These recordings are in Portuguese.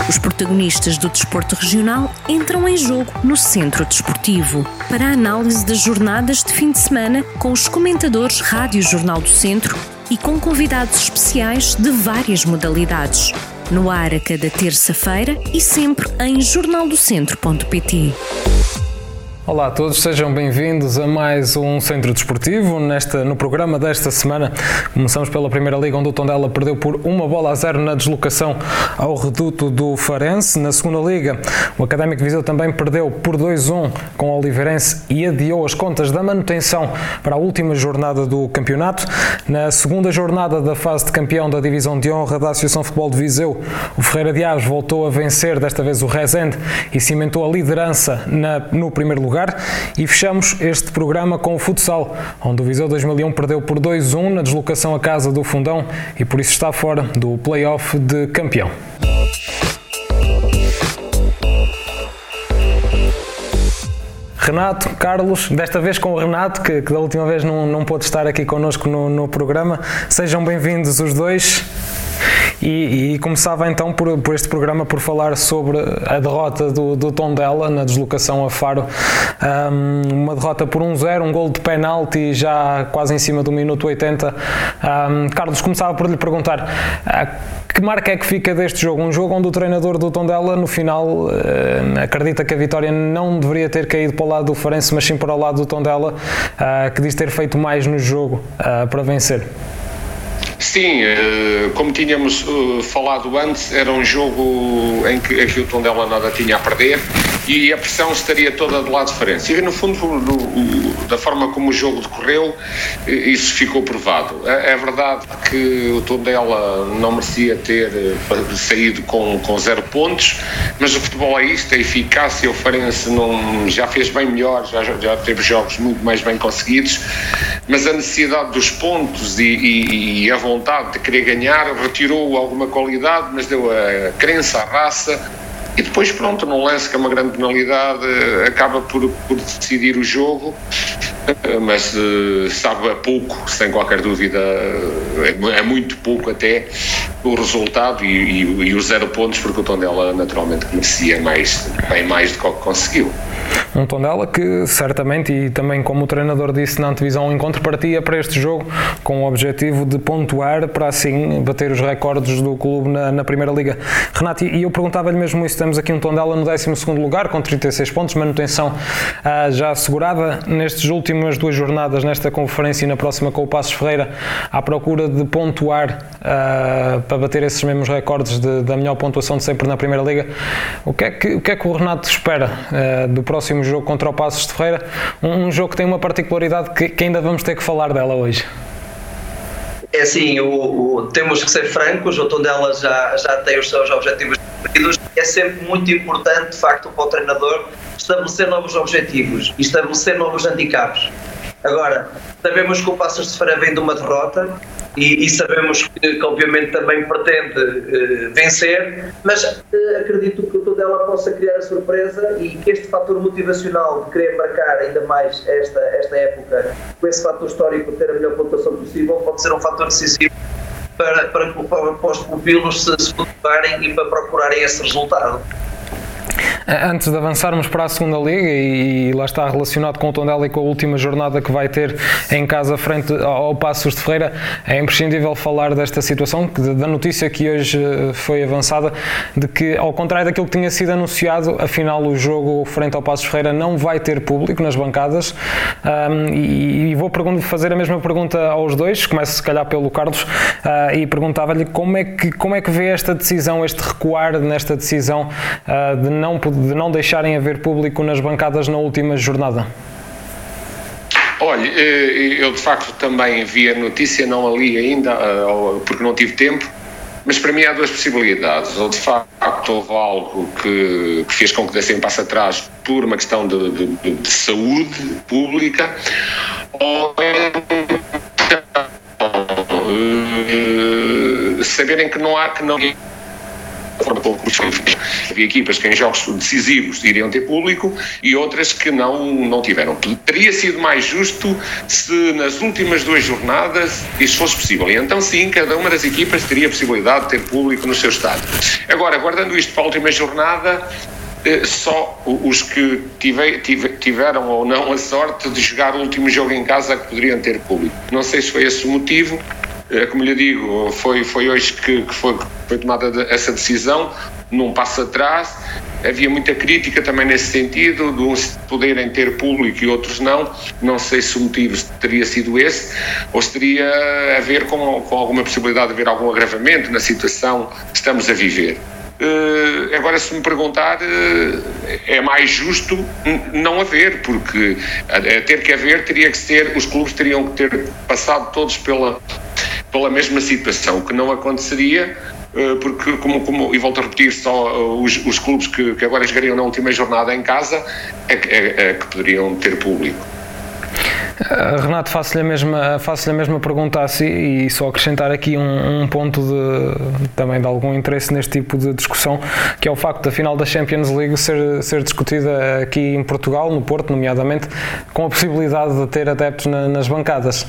Os protagonistas do desporto regional entram em jogo no Centro Desportivo para a análise das jornadas de fim de semana com os comentadores Rádio Jornal do Centro e com convidados especiais de várias modalidades. No ar a cada terça-feira e sempre em jornaldocentro.pt. Olá a todos, sejam bem-vindos a mais um Centro Desportivo. No programa desta semana começamos pela Primeira Liga, onde o Tondela perdeu por 1-0 na deslocação ao reduto do Farense. Na Segunda Liga, o Académico de Viseu também perdeu por 2-1 com o Oliveirense e adiou as contas da manutenção para a última jornada do campeonato. Na segunda jornada da fase de campeão da Divisão de Honra da Associação de Futebol de Viseu, o Ferreira de Aves voltou a vencer, desta vez o Rezende, e cimentou a liderança no primeiro lugar. E fechamos este programa com o futsal, onde o Viseu 2001 perdeu por 2-1 na deslocação à casa do Fundão e por isso está fora do play-off de campeão. Renato, Carlos, desta vez com o Renato, que da última vez não pôde estar aqui connosco no programa. Sejam bem-vindos os dois. E começava então por este programa por falar sobre a derrota do Tondela na deslocação a Faro. Uma derrota por 1-0, um gol de penalti já quase em cima do minuto 80. Carlos, começava por lhe perguntar que marca é que fica deste jogo? Um jogo onde o treinador do Tondela no final acredita que a vitória não deveria ter caído para o lado do Farense, mas sim para o lado do Tondela, que diz ter feito mais no jogo para vencer. Sim, como tínhamos falado antes, era um jogo em que o Tondela nada tinha a perder e a pressão estaria toda do lado de Farense. E no fundo, da forma como o jogo decorreu, isso ficou provado. É verdade que o Tondela não merecia ter saído com 0 pontos, mas o futebol é isto, a eficácia. O Farense já fez bem melhor, já teve jogos muito mais bem conseguidos, mas a necessidade dos pontos e a vontade de querer ganhar retirou alguma qualidade, mas deu a crença, a raça, e depois pronto, num lance que é uma grande penalidade, acaba por decidir o jogo, mas sabe a pouco, sem qualquer dúvida, é muito pouco até o resultado e os 0 pontos, porque o Tondela naturalmente merecia bem mais do que conseguiu. Um Tondela que certamente, e também como o treinador disse na antevisão ao encontro, partia para este jogo com o objetivo de pontuar para assim bater os recordes do clube na Primeira Liga. Renato, e eu perguntava-lhe mesmo isso, temos aqui um Tondela no 12º lugar com 36 pontos, manutenção já assegurada. Nestas últimas 2 jornadas, nesta conferência e na próxima com o Passos Ferreira, à procura de pontuar para bater esses mesmos recordes da melhor pontuação de sempre na Primeira Liga. O que é que o Renato espera do próximo jogo contra o Passos de Ferreira, um jogo que tem uma particularidade que ainda vamos ter que falar dela hoje? É assim, temos que ser francos, o Tondela já tem os seus objetivos definidos. É sempre muito importante, de facto, para o treinador estabelecer novos objetivos e estabelecer novos handicaps. Agora, sabemos que o Passos de Ferreira vem de uma derrota e sabemos que obviamente também pretende vencer, mas acredito que o Tondela possa criar a surpresa e que este fator motivacional de querer marcar ainda mais esta época, com esse fator histórico de ter a melhor pontuação possível, pode ser um fator decisivo para os pupilos se motivarem e para procurarem esse resultado. Antes de avançarmos para a Segunda Liga, e lá está relacionado com o Tondela e com a última jornada que vai ter em casa frente ao Passos de Ferreira, é imprescindível falar desta situação, da notícia que hoje foi avançada, de que, ao contrário daquilo que tinha sido anunciado, afinal o jogo frente ao Passos de Ferreira não vai ter público nas bancadas. E vou fazer a mesma pergunta aos dois, começo se calhar pelo Carlos, e perguntava-lhe como é que vê esta decisão, este recuar nesta decisão de não deixarem haver público nas bancadas na última jornada. Olha, eu de facto também vi a notícia, não a li ainda, porque não tive tempo, mas para mim há 2 possibilidades. Ou de facto houve algo que fez com que dessem um passo atrás por uma questão de saúde pública, ou saberem que não forma como havia equipas que em jogos decisivos iriam ter público e outras que não tiveram. Teria sido mais justo se nas últimas 2 jornadas isso fosse possível. E então sim, cada uma das equipas teria a possibilidade de ter público no seu estádio. Agora, guardando isto para a última jornada, só os que tiveram ou não a sorte de jogar o último jogo em casa que poderiam ter público. Não sei se foi esse o motivo. Como lhe digo, foi hoje que foi tomada essa decisão, num passo atrás. Havia muita crítica também nesse sentido, de uns poderem ter público e outros não. Não sei se o motivo teria sido esse, ou se teria a ver com alguma possibilidade de haver algum agravamento na situação que estamos a viver. Agora, se me perguntar, é mais justo não haver, porque a ter que haver teria que ser, os clubes teriam que ter passado todos pela mesma situação, que não aconteceria, porque, e volto a repetir, só os clubes que agora jogariam na última jornada em casa é que poderiam ter público. Renato, faço-lhe a mesma pergunta a si e só acrescentar aqui um ponto também de algum interesse neste tipo de discussão, que é o facto da final da Champions League ser discutida aqui em Portugal, no Porto nomeadamente, com a possibilidade de ter adeptos nas bancadas.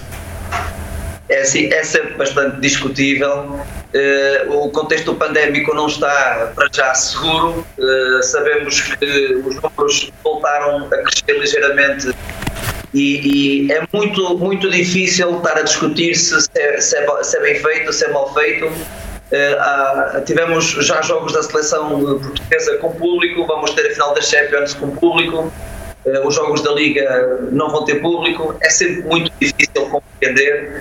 É sempre bastante discutível. O contexto pandémico não está para já seguro. Sabemos que os números voltaram a crescer ligeiramente e é muito difícil estar a discutir se é bem feito, se é mal feito. Tivemos já jogos da seleção portuguesa com público, vamos ter a final da Champions com público. Os jogos da Liga não vão ter público. É sempre muito difícil compreender.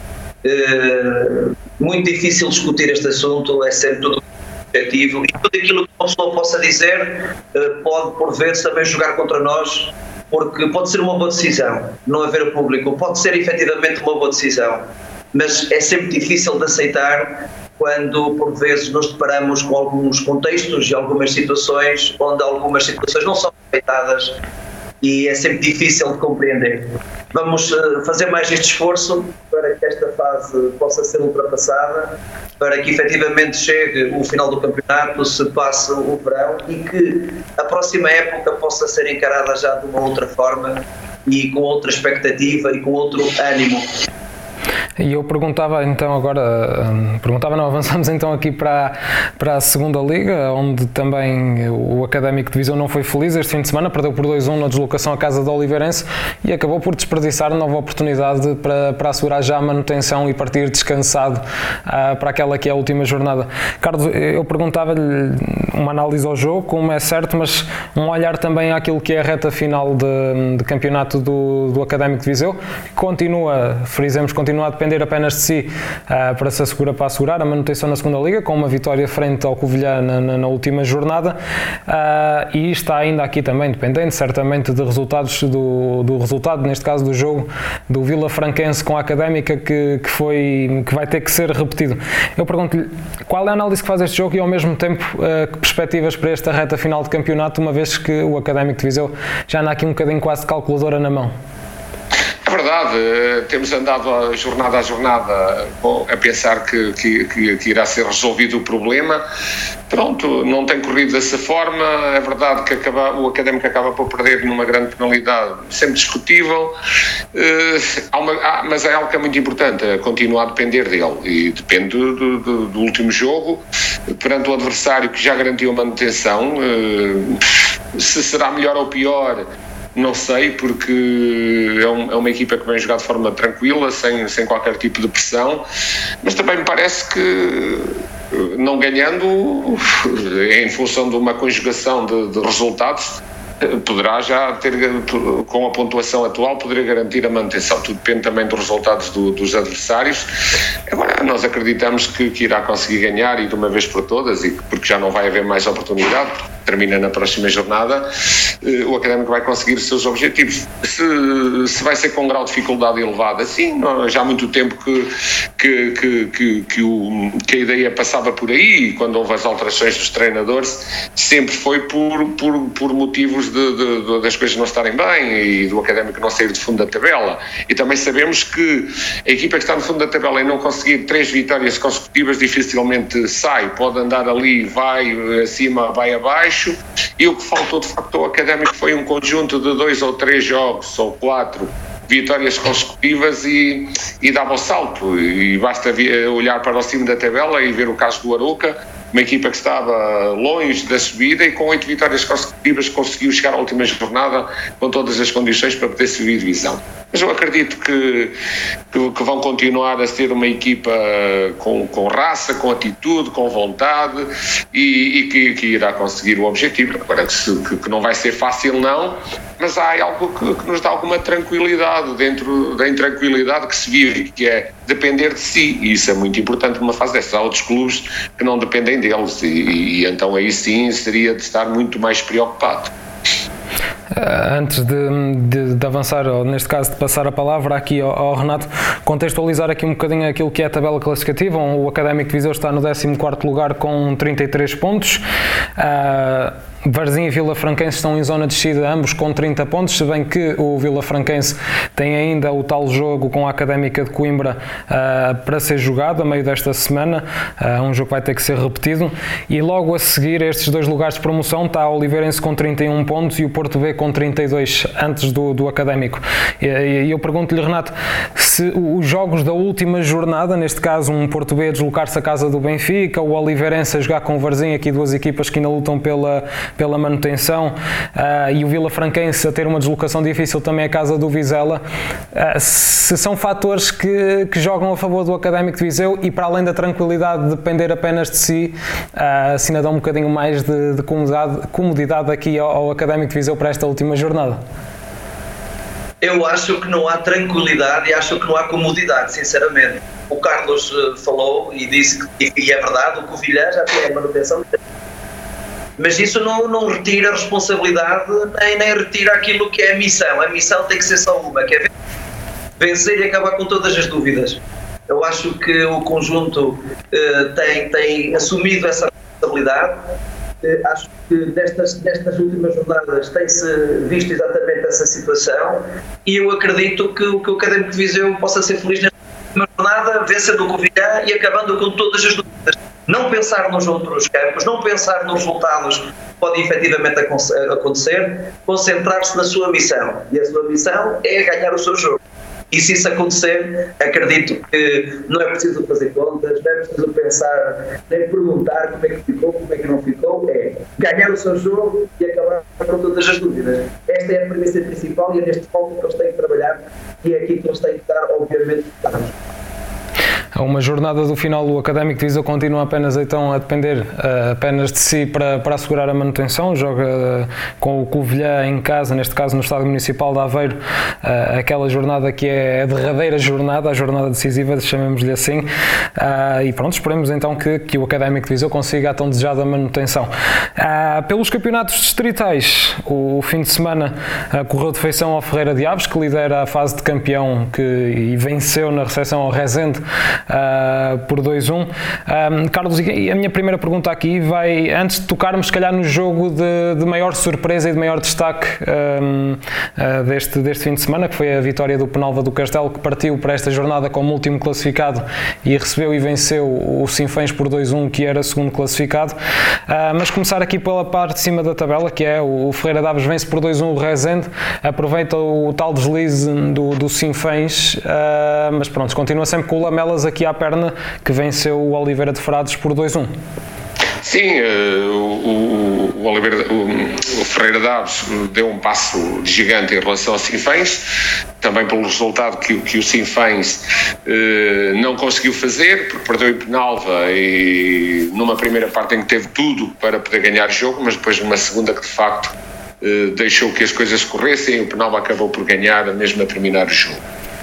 Muito difícil discutir este assunto, é sempre tudo objetivo e tudo aquilo que uma pessoa possa dizer pode por vezes também jogar contra nós, porque pode ser uma boa decisão não haver público, pode ser efetivamente uma boa decisão, mas é sempre difícil de aceitar quando por vezes nos deparamos com alguns contextos e algumas situações onde algumas situações não são respeitadas e é sempre difícil de compreender. Vamos fazer mais este esforço para que esta fase possa ser ultrapassada, para que efetivamente chegue o final do campeonato, se passe o verão e que a próxima época possa ser encarada já de uma outra forma e com outra expectativa e com outro ânimo. E eu perguntava então avançamos então aqui para a segunda Liga, onde também o Académico de Viseu não foi feliz este fim de semana, perdeu por 2-1 na deslocação à casa do Oliveirense e acabou por desperdiçar nova oportunidade para assegurar já a manutenção e partir descansado para aquela que é a última jornada. Carlos, eu perguntava-lhe uma análise ao jogo, como é certo, mas um olhar também àquilo que é a reta final de campeonato do Académico de Viseu, que continua a depender apenas de si para assegurar a manutenção na segunda Liga, com uma vitória frente ao Covilhã na última jornada, e está ainda aqui também dependente certamente de resultados do resultado, neste caso do jogo do Vila Franquense com a Académica, que vai ter que ser repetido. Eu pergunto-lhe qual é a análise que faz este jogo e ao mesmo tempo que perspectivas para esta reta final de campeonato, uma vez que o Académico de Viseu já anda aqui um bocadinho quase de calculadora na mão. É verdade, temos andado jornada a jornada a pensar que irá ser resolvido o problema. Pronto, não tem corrido dessa forma. É verdade que o Académico acaba por perder numa grande penalidade, sempre discutível, mas é algo que é muito importante, continua a depender dele e depende do último jogo, perante o adversário que já garantiu a manutenção. Se será melhor ou pior, não sei, porque é uma equipa que vem jogar de forma tranquila, sem qualquer tipo de pressão, mas também me parece que não ganhando, em função de uma conjugação de resultados, poderá já ter, com a pontuação atual, poderia garantir a manutenção. Tudo depende também dos resultados dos adversários. Agora, nós acreditamos que irá conseguir ganhar e de uma vez por todas, e porque já não vai haver mais oportunidade, termina na próxima jornada, o Académico vai conseguir os seus objetivos. Se vai ser com um grau de dificuldade elevado, sim, já há muito tempo que a ideia passava por aí, e quando houve as alterações dos treinadores, sempre foi por motivos das coisas não estarem bem e do Académico não sair do fundo da tabela. E também sabemos que a equipa que está no fundo da tabela e não conseguir 3 vitórias consecutivas dificilmente sai, pode andar ali, vai acima, vai abaixo, e o que faltou de facto ao Académico foi um conjunto de 2 ou 3 jogos, ou 4 vitórias consecutivas e dava o salto, e basta olhar para o cimo da tabela e ver o caso do Arouca, uma equipa que estava longe da subida e com 8 vitórias consecutivas conseguiu chegar à última jornada com todas as condições para poder subir divisão. Mas eu acredito que vão continuar a ser uma equipa com raça, com atitude, com vontade e que irá conseguir o objetivo. Agora que não vai ser fácil não, mas há algo que nos dá alguma tranquilidade dentro da intranquilidade que se vive, que é depender de si, e isso é muito importante numa fase dessa. Há outros clubes que não dependem deles e então aí sim seria de estar muito mais preocupado. Antes de avançar, ou neste caso de passar a palavra aqui ao Renato, contextualizar aqui um bocadinho aquilo que é a tabela classificativa. O Académico de Viseu está no 14º lugar com 33 pontos. Varzim e Vilafranquense estão em zona de descida, ambos com 30 pontos, se bem que o Vilafranquense tem ainda o tal jogo com a Académica de Coimbra para ser jogado a meio desta semana, um jogo que vai ter que ser repetido, e logo a seguir estes 2 lugares de promoção está o Oliveirense com 31 pontos e o Porto B com 32 antes do Académico. E eu pergunto-lhe, Renato, se os jogos da última jornada, neste caso um Porto B a deslocar-se à casa do Benfica, o Oliveirense a jogar com o Varzim, aqui 2 equipas que ainda lutam pela manutenção, e o Vilafranquense a ter uma deslocação difícil também à casa do Vizela, se são fatores que jogam a favor do Académico de Viseu e, para além da tranquilidade de depender apenas de si, se ainda dão um bocadinho mais de comodidade aqui ao Académico de Viseu para esta última jornada? Eu acho que não há tranquilidade e acho que não há comodidade, sinceramente. O Carlos falou e disse que, e é verdade, o Covilhã já tem a manutenção, mas isso não retira a responsabilidade nem retira aquilo que é a missão. A missão tem que ser só uma, que é vencer e acabar com todas as dúvidas. Eu acho que o conjunto tem assumido essa responsabilidade. Acho que destas últimas jornadas tem-se visto exatamente essa situação e eu acredito que o Académico de Viseu possa ser feliz nesta última jornada, vencendo o Covilhã e acabando com todas as dúvidas. Não pensar nos outros campos, não pensar nos resultados que podem efetivamente acontecer, concentrar-se na sua missão. E a sua missão é ganhar o seu jogo. E se isso acontecer, acredito que não é preciso fazer contas, não é preciso pensar, nem perguntar como é que ficou, como é que não ficou, é ganhar o seu jogo e acabar com todas as dúvidas. Esta é a premissa principal e é neste foco que eles têm que trabalhar e é aqui que eles têm que estar, obviamente, focados. A uma jornada do final, o Académico de Viseu continua apenas então a depender apenas de si para assegurar a manutenção. Joga com o Covilhã em casa, neste caso no Estádio Municipal de Aveiro, aquela jornada que é a derradeira jornada, a jornada decisiva, chamemos-lhe assim, e pronto, esperemos então que o Académico de Viseu consiga a tão desejada manutenção. Pelos campeonatos distritais, o fim de semana correu de feição ao Ferreira de Aves, que lidera a fase de campeão e venceu na recepção ao Rezende por 2-1. Carlos, e a minha primeira pergunta aqui vai, antes de tocarmos se calhar no jogo de maior surpresa e de maior destaque deste fim de semana, que foi a vitória do Penalva do Castelo, que partiu para esta jornada como último classificado e recebeu e venceu o Sinfãs por 2-1, que era segundo classificado. Mas começar aqui pela parte de cima da tabela, que é o Ferreira de Aves vence por 2-1 o Rezende, aproveita o tal deslize do Sinfãs, mas pronto, continua sempre com o Lamelas aqui à perna, que venceu o Oliveira de Frades por 2-1. Sim, o Ferreira de Aves deu um passo gigante em relação ao Sinfãs, também pelo resultado que o Sinfãs não conseguiu fazer, porque perdeu em Penalva e numa primeira parte em que teve tudo para poder ganhar o jogo, mas depois numa segunda que de facto deixou que as coisas corressem e o Penalva acabou por ganhar mesmo a terminar o jogo.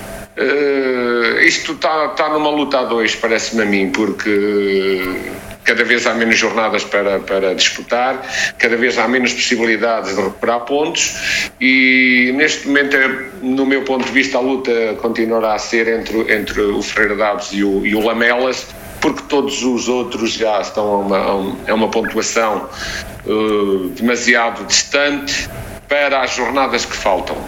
Isto está numa luta a dois, parece-me a mim, porque cada vez há menos jornadas para disputar, cada vez há menos possibilidades de recuperar pontos e neste momento, no meu ponto de vista, a luta continuará a ser entre o Ferreira de Aves e o Lamelas, porque todos os outros já estão a uma pontuação demasiado distante para as jornadas que faltam.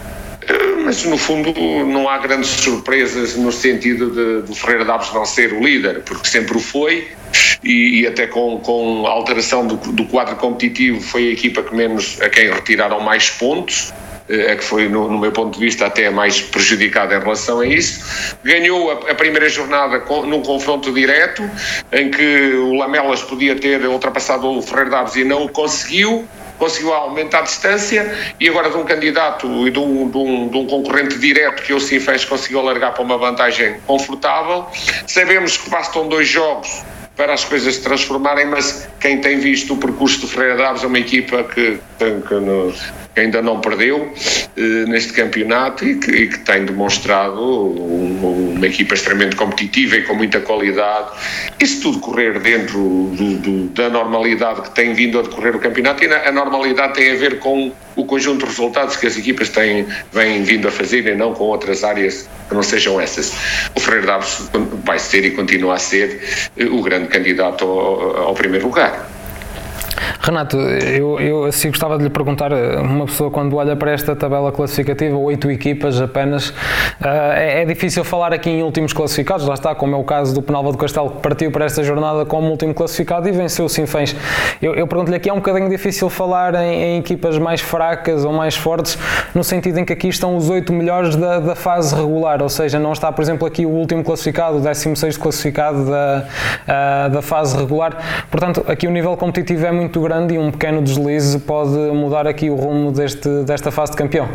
Mas no fundo não há grandes surpresas no sentido de Ferreira Daves não ser o líder, porque sempre o foi, e até com a alteração do quadro competitivo foi a equipa a quem retiraram mais pontos, que foi, no meu ponto de vista, até mais prejudicada em relação a isso. Ganhou a primeira jornada num confronto direto, em que o Lamelas podia ter ultrapassado o Ferreira Daves e não o conseguiu aumentar a distância, e agora de um candidato e de um concorrente direto que o Sinfãs conseguiu alargar para uma vantagem confortável. Sabemos que bastam 2 jogos para as coisas se transformarem, mas quem tem visto o percurso do Ferreira Daves é uma equipa que ainda não perdeu neste campeonato e que tem demonstrado uma equipa extremamente competitiva e com muita qualidade. E se tudo correr dentro da normalidade que tem vindo a decorrer o campeonato, e a normalidade tem a ver com o conjunto de resultados que as equipas vêm vindo a fazer e não com outras áreas que não sejam essas. O Ferreira Daves vai ser e continua a ser o grande candidato ao primeiro lugar. Renato, eu assim gostava de lhe perguntar, uma pessoa quando olha para esta tabela classificativa, 8 equipas apenas, é difícil falar aqui em últimos classificados, lá está, como é o caso do Penalva do Castelo, que partiu para esta jornada como último classificado e venceu o Sinfãs. Eu pergunto-lhe aqui, é um bocadinho difícil falar em equipas mais fracas ou mais fortes, no sentido em que aqui estão os 8 melhores da fase regular, ou seja, não está, por exemplo, aqui o último classificado, o 16º classificado da fase regular, portanto, aqui o nível competitivo é muito grande e um pequeno deslize pode mudar aqui o rumo desta fase de campeão.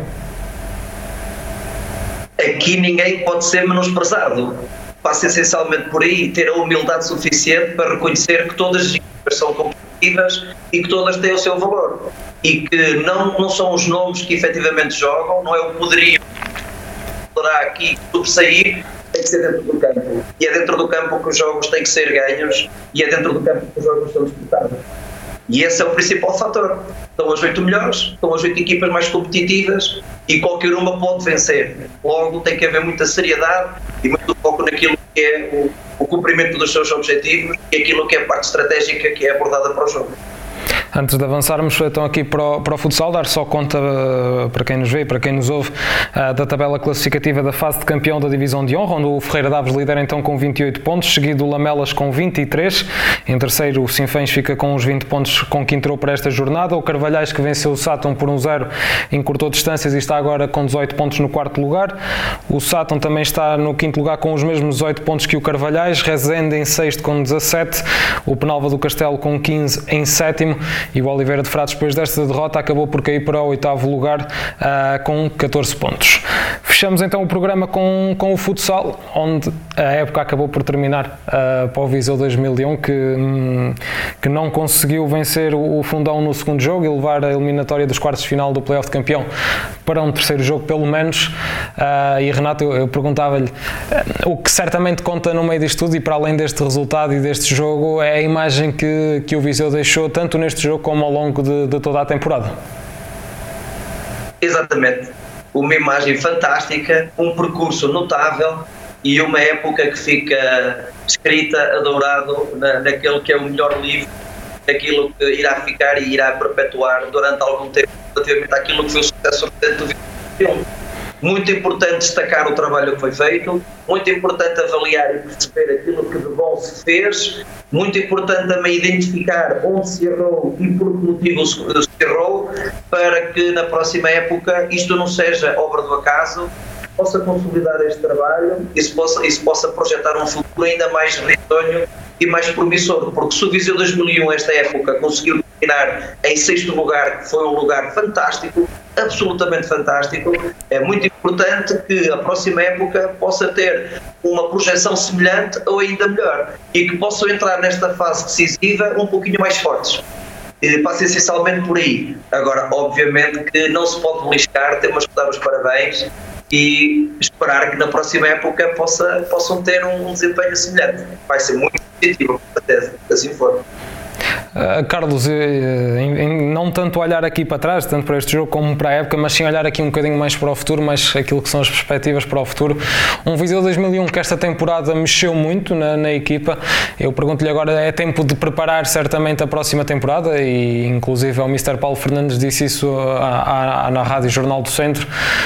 Aqui ninguém pode ser menosprezado. Passa essencialmente por aí, ter a humildade suficiente para reconhecer que todas as equipas são competitivas e que todas têm o seu valor. E que não são os nomes que efetivamente jogam, não é o poderio que poderá aqui sobressair, tem que ser dentro do campo. E é dentro do campo que os jogos têm que ser ganhos e é dentro do campo que os jogos são disputados. E esse é o principal fator. Estão as 8 melhores, estão as 8 equipas mais competitivas e qualquer uma pode vencer. Logo tem que haver muita seriedade e muito foco naquilo que é o cumprimento dos seus objetivos e aquilo que é a parte estratégica que é abordada para o jogo. Antes de avançarmos então aqui para o futsal, dar só conta para quem nos vê e para quem nos ouve da tabela classificativa da fase de campeão da Divisão de Honra, onde o Ferreira Daves lidera então com 28 pontos, seguido o Lamelas com 23, em terceiro o Sinfãs fica com os 20 pontos com que entrou para esta jornada, o Carvalhais, que venceu o Sátão por 1-0, encurtou distâncias e está agora com 18 pontos no quarto lugar, o Sátão também está no quinto lugar com os mesmos 18 pontos que o Carvalhais, Rezende em sexto com 17, o Penalva do Castelo com 15 em sétimo, e o Oliveira de Frades, depois desta derrota, acabou por cair para o oitavo lugar com 14 pontos. Fechamos então o programa com o futsal, onde a época acabou por terminar para o Viseu 2001, que não conseguiu vencer o Fundão no segundo jogo e levar a eliminatória dos quartos de final do Play-off de campeão para um terceiro jogo pelo menos. E Renato, eu perguntava-lhe, o que certamente conta no meio disto tudo e para além deste resultado e deste jogo é a imagem que o Viseu deixou tanto neste jogo como ao longo de toda a temporada. Exatamente. Uma imagem fantástica, um percurso notável e uma época que fica escrita a dourado naquele que é o melhor livro, daquilo que irá ficar e irá perpetuar durante algum tempo relativamente àquilo que foi o sucesso do filme. Muito importante destacar o trabalho que foi feito, muito importante avaliar e perceber aquilo que de bom se fez, muito importante também identificar onde se errou e por que motivo se errou, para que na próxima época isto não seja obra do acaso, possa consolidar este trabalho e se possa projetar um futuro ainda mais risonho e mais promissor, porque se o Viseu 2001, esta época, conseguiu terminar em sexto lugar, que foi um lugar fantástico, absolutamente fantástico, é muito importante que a próxima época possa ter uma projeção semelhante ou ainda melhor e que possam entrar nesta fase decisiva um pouquinho mais fortes. Passa essencialmente por aí. Agora, obviamente que não se pode beliscar, temos que dar os parabéns e esperar que na próxima época possam ter um desempenho semelhante. Vai ser muito positivo, com certeza, assim for. Carlos, não tanto olhar aqui para trás, tanto para este jogo como para a época, mas sim olhar aqui um bocadinho mais para o futuro, mais aquilo que são as perspectivas para o futuro. Um Viseu 2001 que esta temporada mexeu muito na equipa. Eu pergunto-lhe agora, é tempo de preparar certamente a próxima temporada, e inclusive o Mr. Paulo Fernandes disse isso na Rádio Jornal do Centro,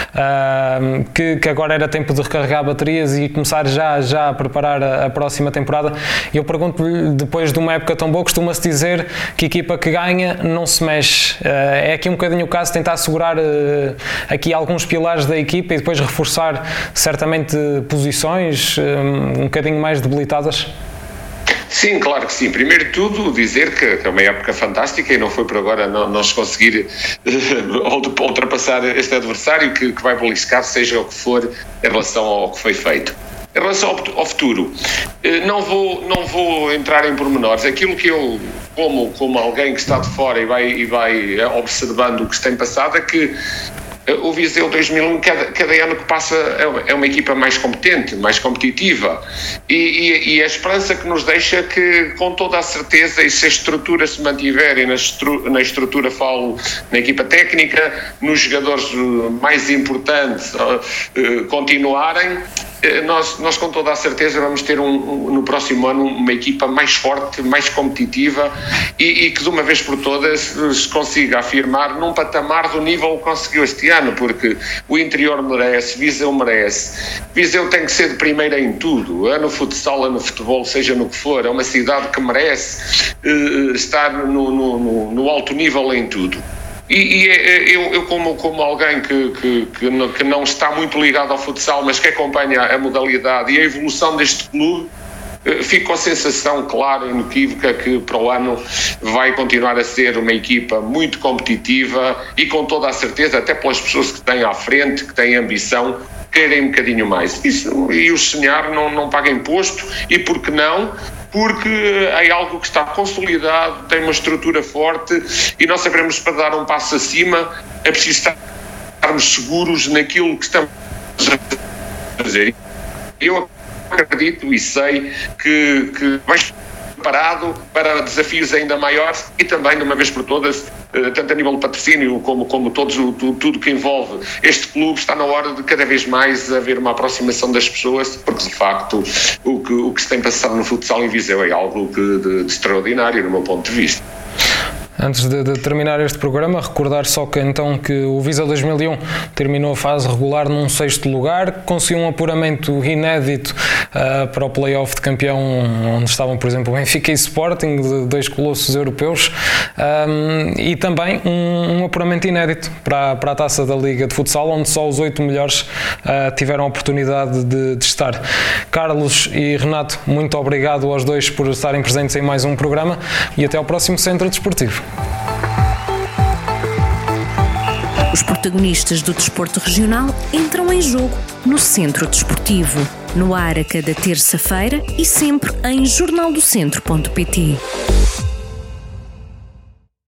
que agora era tempo de recarregar baterias e começar já a preparar a próxima temporada. E eu pergunto-lhe, depois de uma época tão boa, costuma-se dizer que a equipa que ganha não se mexe. É aqui um bocadinho o caso de tentar segurar aqui alguns pilares da equipa e depois reforçar certamente posições um bocadinho mais debilitadas? Sim, claro que sim. Primeiro de tudo, dizer que é uma época fantástica e não foi por agora não se conseguir ultrapassar este adversário que vai beliscar, seja o que for, em relação ao que foi feito. Em relação ao futuro, não vou entrar em pormenores. Aquilo que eu, como alguém que está de fora e vai observando o que se tem passado, é que o Viseu 2001, cada ano que passa, é uma equipa mais competente, mais competitiva, e a esperança que nos deixa que, com toda a certeza, e se a estrutura se mantiver, e na estrutura falo na equipa técnica, nos jogadores mais importantes continuarem, nós com toda a certeza vamos ter no próximo ano uma equipa mais forte, mais competitiva, e que de uma vez por todas se consiga afirmar num patamar do nível que conseguiu este ano, porque o interior merece, Viseu merece. Viseu tem que ser de primeira em tudo, é no futsal, é no futebol, seja no que for. É uma cidade que merece estar no alto nível em tudo. E eu como alguém que não está muito ligado ao futsal, mas que acompanha a modalidade e a evolução deste clube, fico com a sensação clara e inequívoca que para o ano vai continuar a ser uma equipa muito competitiva e, com toda a certeza, até pelas pessoas que têm à frente, que têm ambição, querem um bocadinho mais. Isso, e o sonhar não paga imposto, e por que não? Porque é algo que está consolidado, tem uma estrutura forte, e nós sabemos que para dar um passo acima é preciso estarmos seguros naquilo que estamos a fazer. Eu acredito e sei que vais preparado para desafios ainda maiores, e também, de uma vez por todas, tanto a nível de patrocínio como tudo que envolve este clube, está na hora de cada vez mais haver uma aproximação das pessoas, porque de facto o que se tem passado no futsal em Viseu é algo de extraordinário, no meu ponto de vista. Antes de terminar este programa, recordar só que o Viseu 2001 terminou a fase regular num 6º lugar, conseguiu um apuramento inédito para o play-off de campeão, onde estavam, por exemplo, Benfica e Sporting, de 2 colossos europeus, e também um apuramento inédito para a Taça da Liga de Futsal, onde só os 8 melhores tiveram a oportunidade de estar. Carlos e Renato, muito obrigado aos dois por estarem presentes em mais um programa, e até ao próximo Centro Desportivo. Os protagonistas do desporto regional entram em jogo no Centro Desportivo, no ar a cada terça-feira e sempre em jornaldocentro.pt.